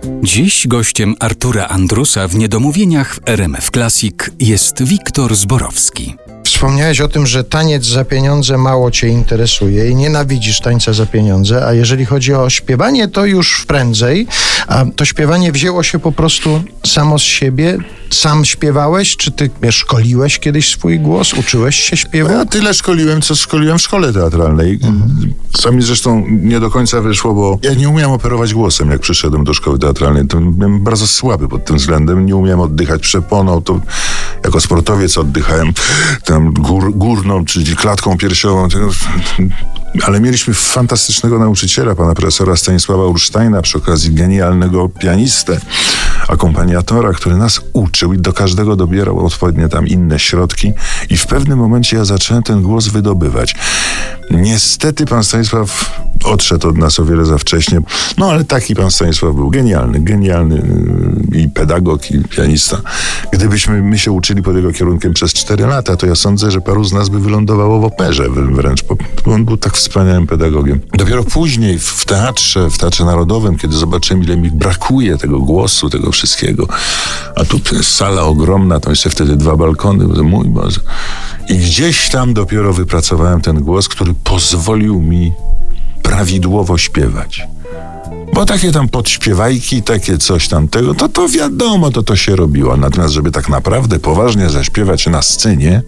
Dziś gościem Artura Andrusa w Niedomówieniach w RMF Classic jest Wiktor Zborowski. Wspomniałeś o tym, że taniec za pieniądze mało cię interesuje i nienawidzisz tańca za pieniądze, a jeżeli chodzi o śpiewanie, to już prędzej. A to śpiewanie wzięło się po prostu samo z siebie? Sam śpiewałeś? Czy ty szkoliłeś kiedyś swój głos? Uczyłeś się śpiewu? Ja tyle szkoliłem, co szkoliłem w szkole teatralnej. Co mi zresztą nie do końca wyszło, bo ja nie umiałem operować głosem, jak przyszedłem do szkoły teatralnej. To byłem bardzo słaby pod tym względem. Nie umiałem oddychać przeponą. To jako sportowiec oddychałem tam górną, czyli klatką piersiową. Ale mieliśmy fantastycznego nauczyciela, pana profesora Stanisława Ursztajna, przy okazji genialnego pianistę, akompaniatora, który nas uczył i do każdego dobierał odpowiednie tam inne środki i w pewnym momencie ja zacząłem ten głos wydobywać. Niestety pan Stanisław odszedł od nas o wiele za wcześnie, no ale taki pan Stanisław był genialny i pedagog, i pianista. Gdybyśmy my się uczyli pod jego kierunkiem przez 4 lata, to ja sądzę, że paru z nas by wylądowało w operze wręcz, bo on był tak wspaniałym pedagogiem. Dopiero później w Teatrze Narodowym, kiedy zobaczyłem, ile mi brakuje tego głosu, tego wszystkiego, a tu sala ogromna, to jeszcze wtedy 2 balkony, mój Boże. I gdzieś tam dopiero wypracowałem ten głos, który pozwolił mi prawidłowo śpiewać. Bo takie tam podśpiewajki, takie coś tamtego, to wiadomo, to się robiło. Natomiast, żeby tak naprawdę poważnie zaśpiewać na scenie,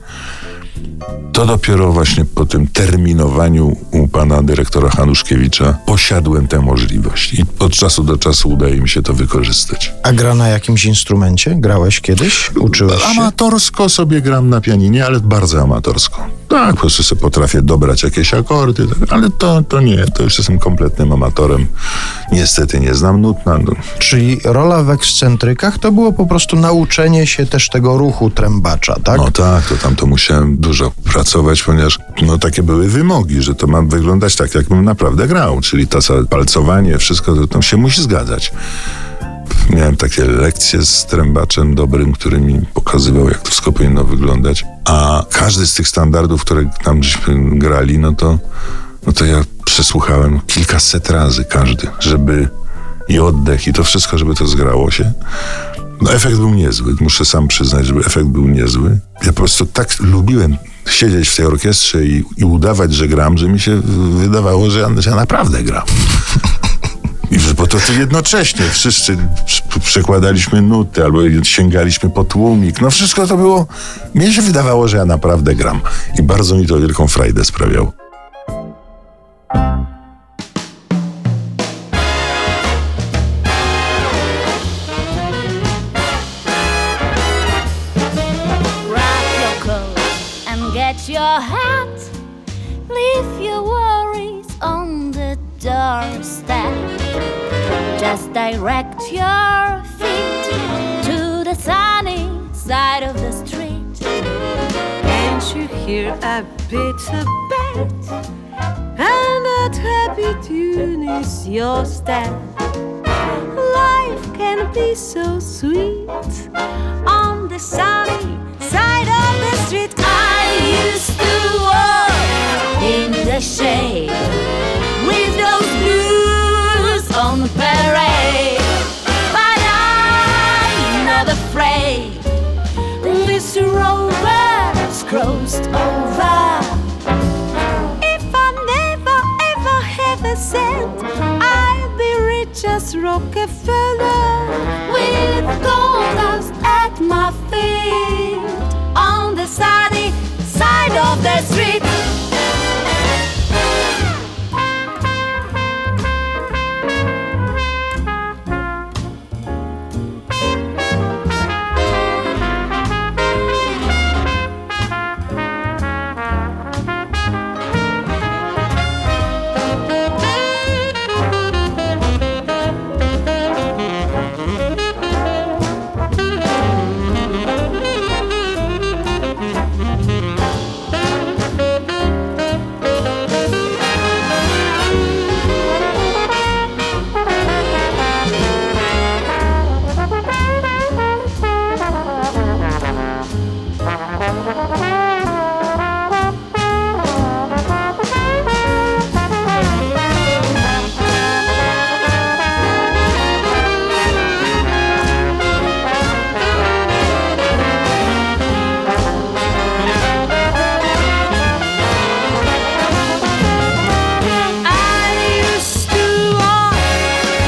to dopiero właśnie po tym terminowaniu u pana dyrektora Hanuszkiewicza posiadłem tę możliwość. I od czasu do czasu udaje mi się to wykorzystać. A gra na jakimś instrumencie? Grałeś kiedyś? Uczyłeś się? Amatorsko sobie gram na pianinie, ale bardzo amatorsko. Tak, po prostu sobie potrafię dobrać jakieś akordy, ale to nie, to już jestem kompletnym amatorem. Niestety nie znam nut. Czyli rola w Ekscentrykach to było po prostu nauczenie się też tego ruchu trębacza, tak? No tak, to musiałem dużo pracować, ponieważ takie były wymogi, że to ma wyglądać tak, jakbym naprawdę grał, czyli to całe palcowanie, wszystko to się musi zgadzać. Miałem takie lekcje z trębaczem dobrym, który mi pokazywał, jak to wszystko powinno wyglądać. A każdy z tych standardów, które tam gdzieśmy grali, no to ja przesłuchałem kilkaset razy każdy, żeby i oddech, i to wszystko, żeby to zgrało się. Efekt był niezły, muszę sam przyznać, że efekt był niezły. Ja po prostu tak lubiłem siedzieć w tej orkiestrze i udawać, że gram, że mi się wydawało, że ja naprawdę gram. Bo to jednocześnie wszyscy przekładaliśmy nuty albo sięgaliśmy po tłumik. Wszystko to było... Mnie się wydawało, że ja naprawdę gram. I bardzo mi to wielką frajdę sprawiało. Get your hat, leave your worries on the doorstep. Just direct your feet to the sunny side of the street. Can't you hear a bit of bed? And that happy tune is your step. Life can be so sweet on the sunny side of the street. I used to walk in the shade with those blues on parade, but I'm not afraid. This rover's crossed over. If I never ever have a cent, I'll be rich as Rockefeller, With gold dust at my feet on the sunny side of the street.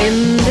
in